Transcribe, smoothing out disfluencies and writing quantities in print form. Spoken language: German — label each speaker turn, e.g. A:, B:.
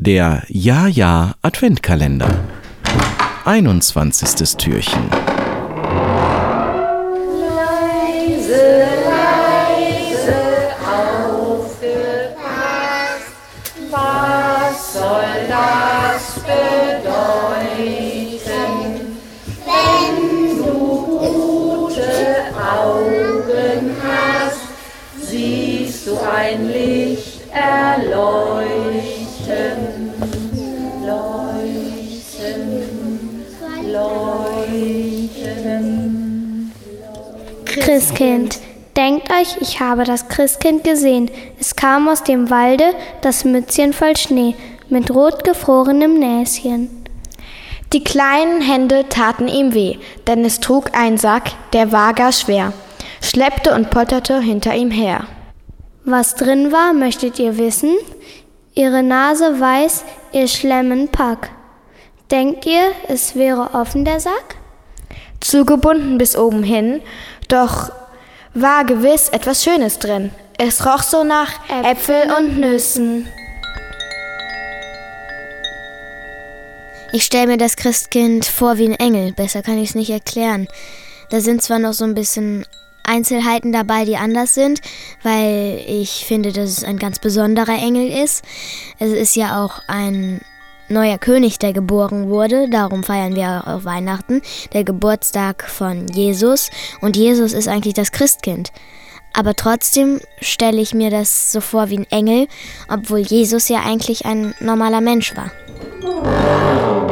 A: Der Ja-Ja-Adventkalender. 21. Türchen.
B: Leise, leise, aufgepasst. Was soll das bedeuten? Wenn du gute Augen hast, siehst du ein Licht erleuchten.
C: Christkind. Denkt euch, ich habe das Christkind gesehen. Es kam aus dem Walde, das Mützchen voll Schnee, mit rot gefrorenem Näschen.
D: Die kleinen Hände taten ihm weh, denn es trug einen Sack, der war gar schwer, schleppte und potterte hinter ihm her.
C: Was drin war, möchtet ihr wissen? Ihre Nase weiß, ihr Schlemmenpack. Denkt ihr, es wäre offen, der Sack?
D: Zugebunden bis oben hin, doch war gewiss etwas Schönes drin. Es roch so nach Äpfel und Nüssen.
E: Ich stelle mir das Christkind vor wie ein Engel, besser kann ich es nicht erklären. Da sind zwar noch so ein bisschen Einzelheiten dabei, die anders sind, weil ich finde, dass es ein ganz besonderer Engel ist. Es ist ja auch ein neuer König, der geboren wurde, darum feiern wir auch Weihnachten, der Geburtstag von Jesus, und Jesus ist eigentlich das Christkind. Aber trotzdem stelle ich mir das so vor wie ein Engel, obwohl Jesus ja eigentlich ein normaler Mensch war.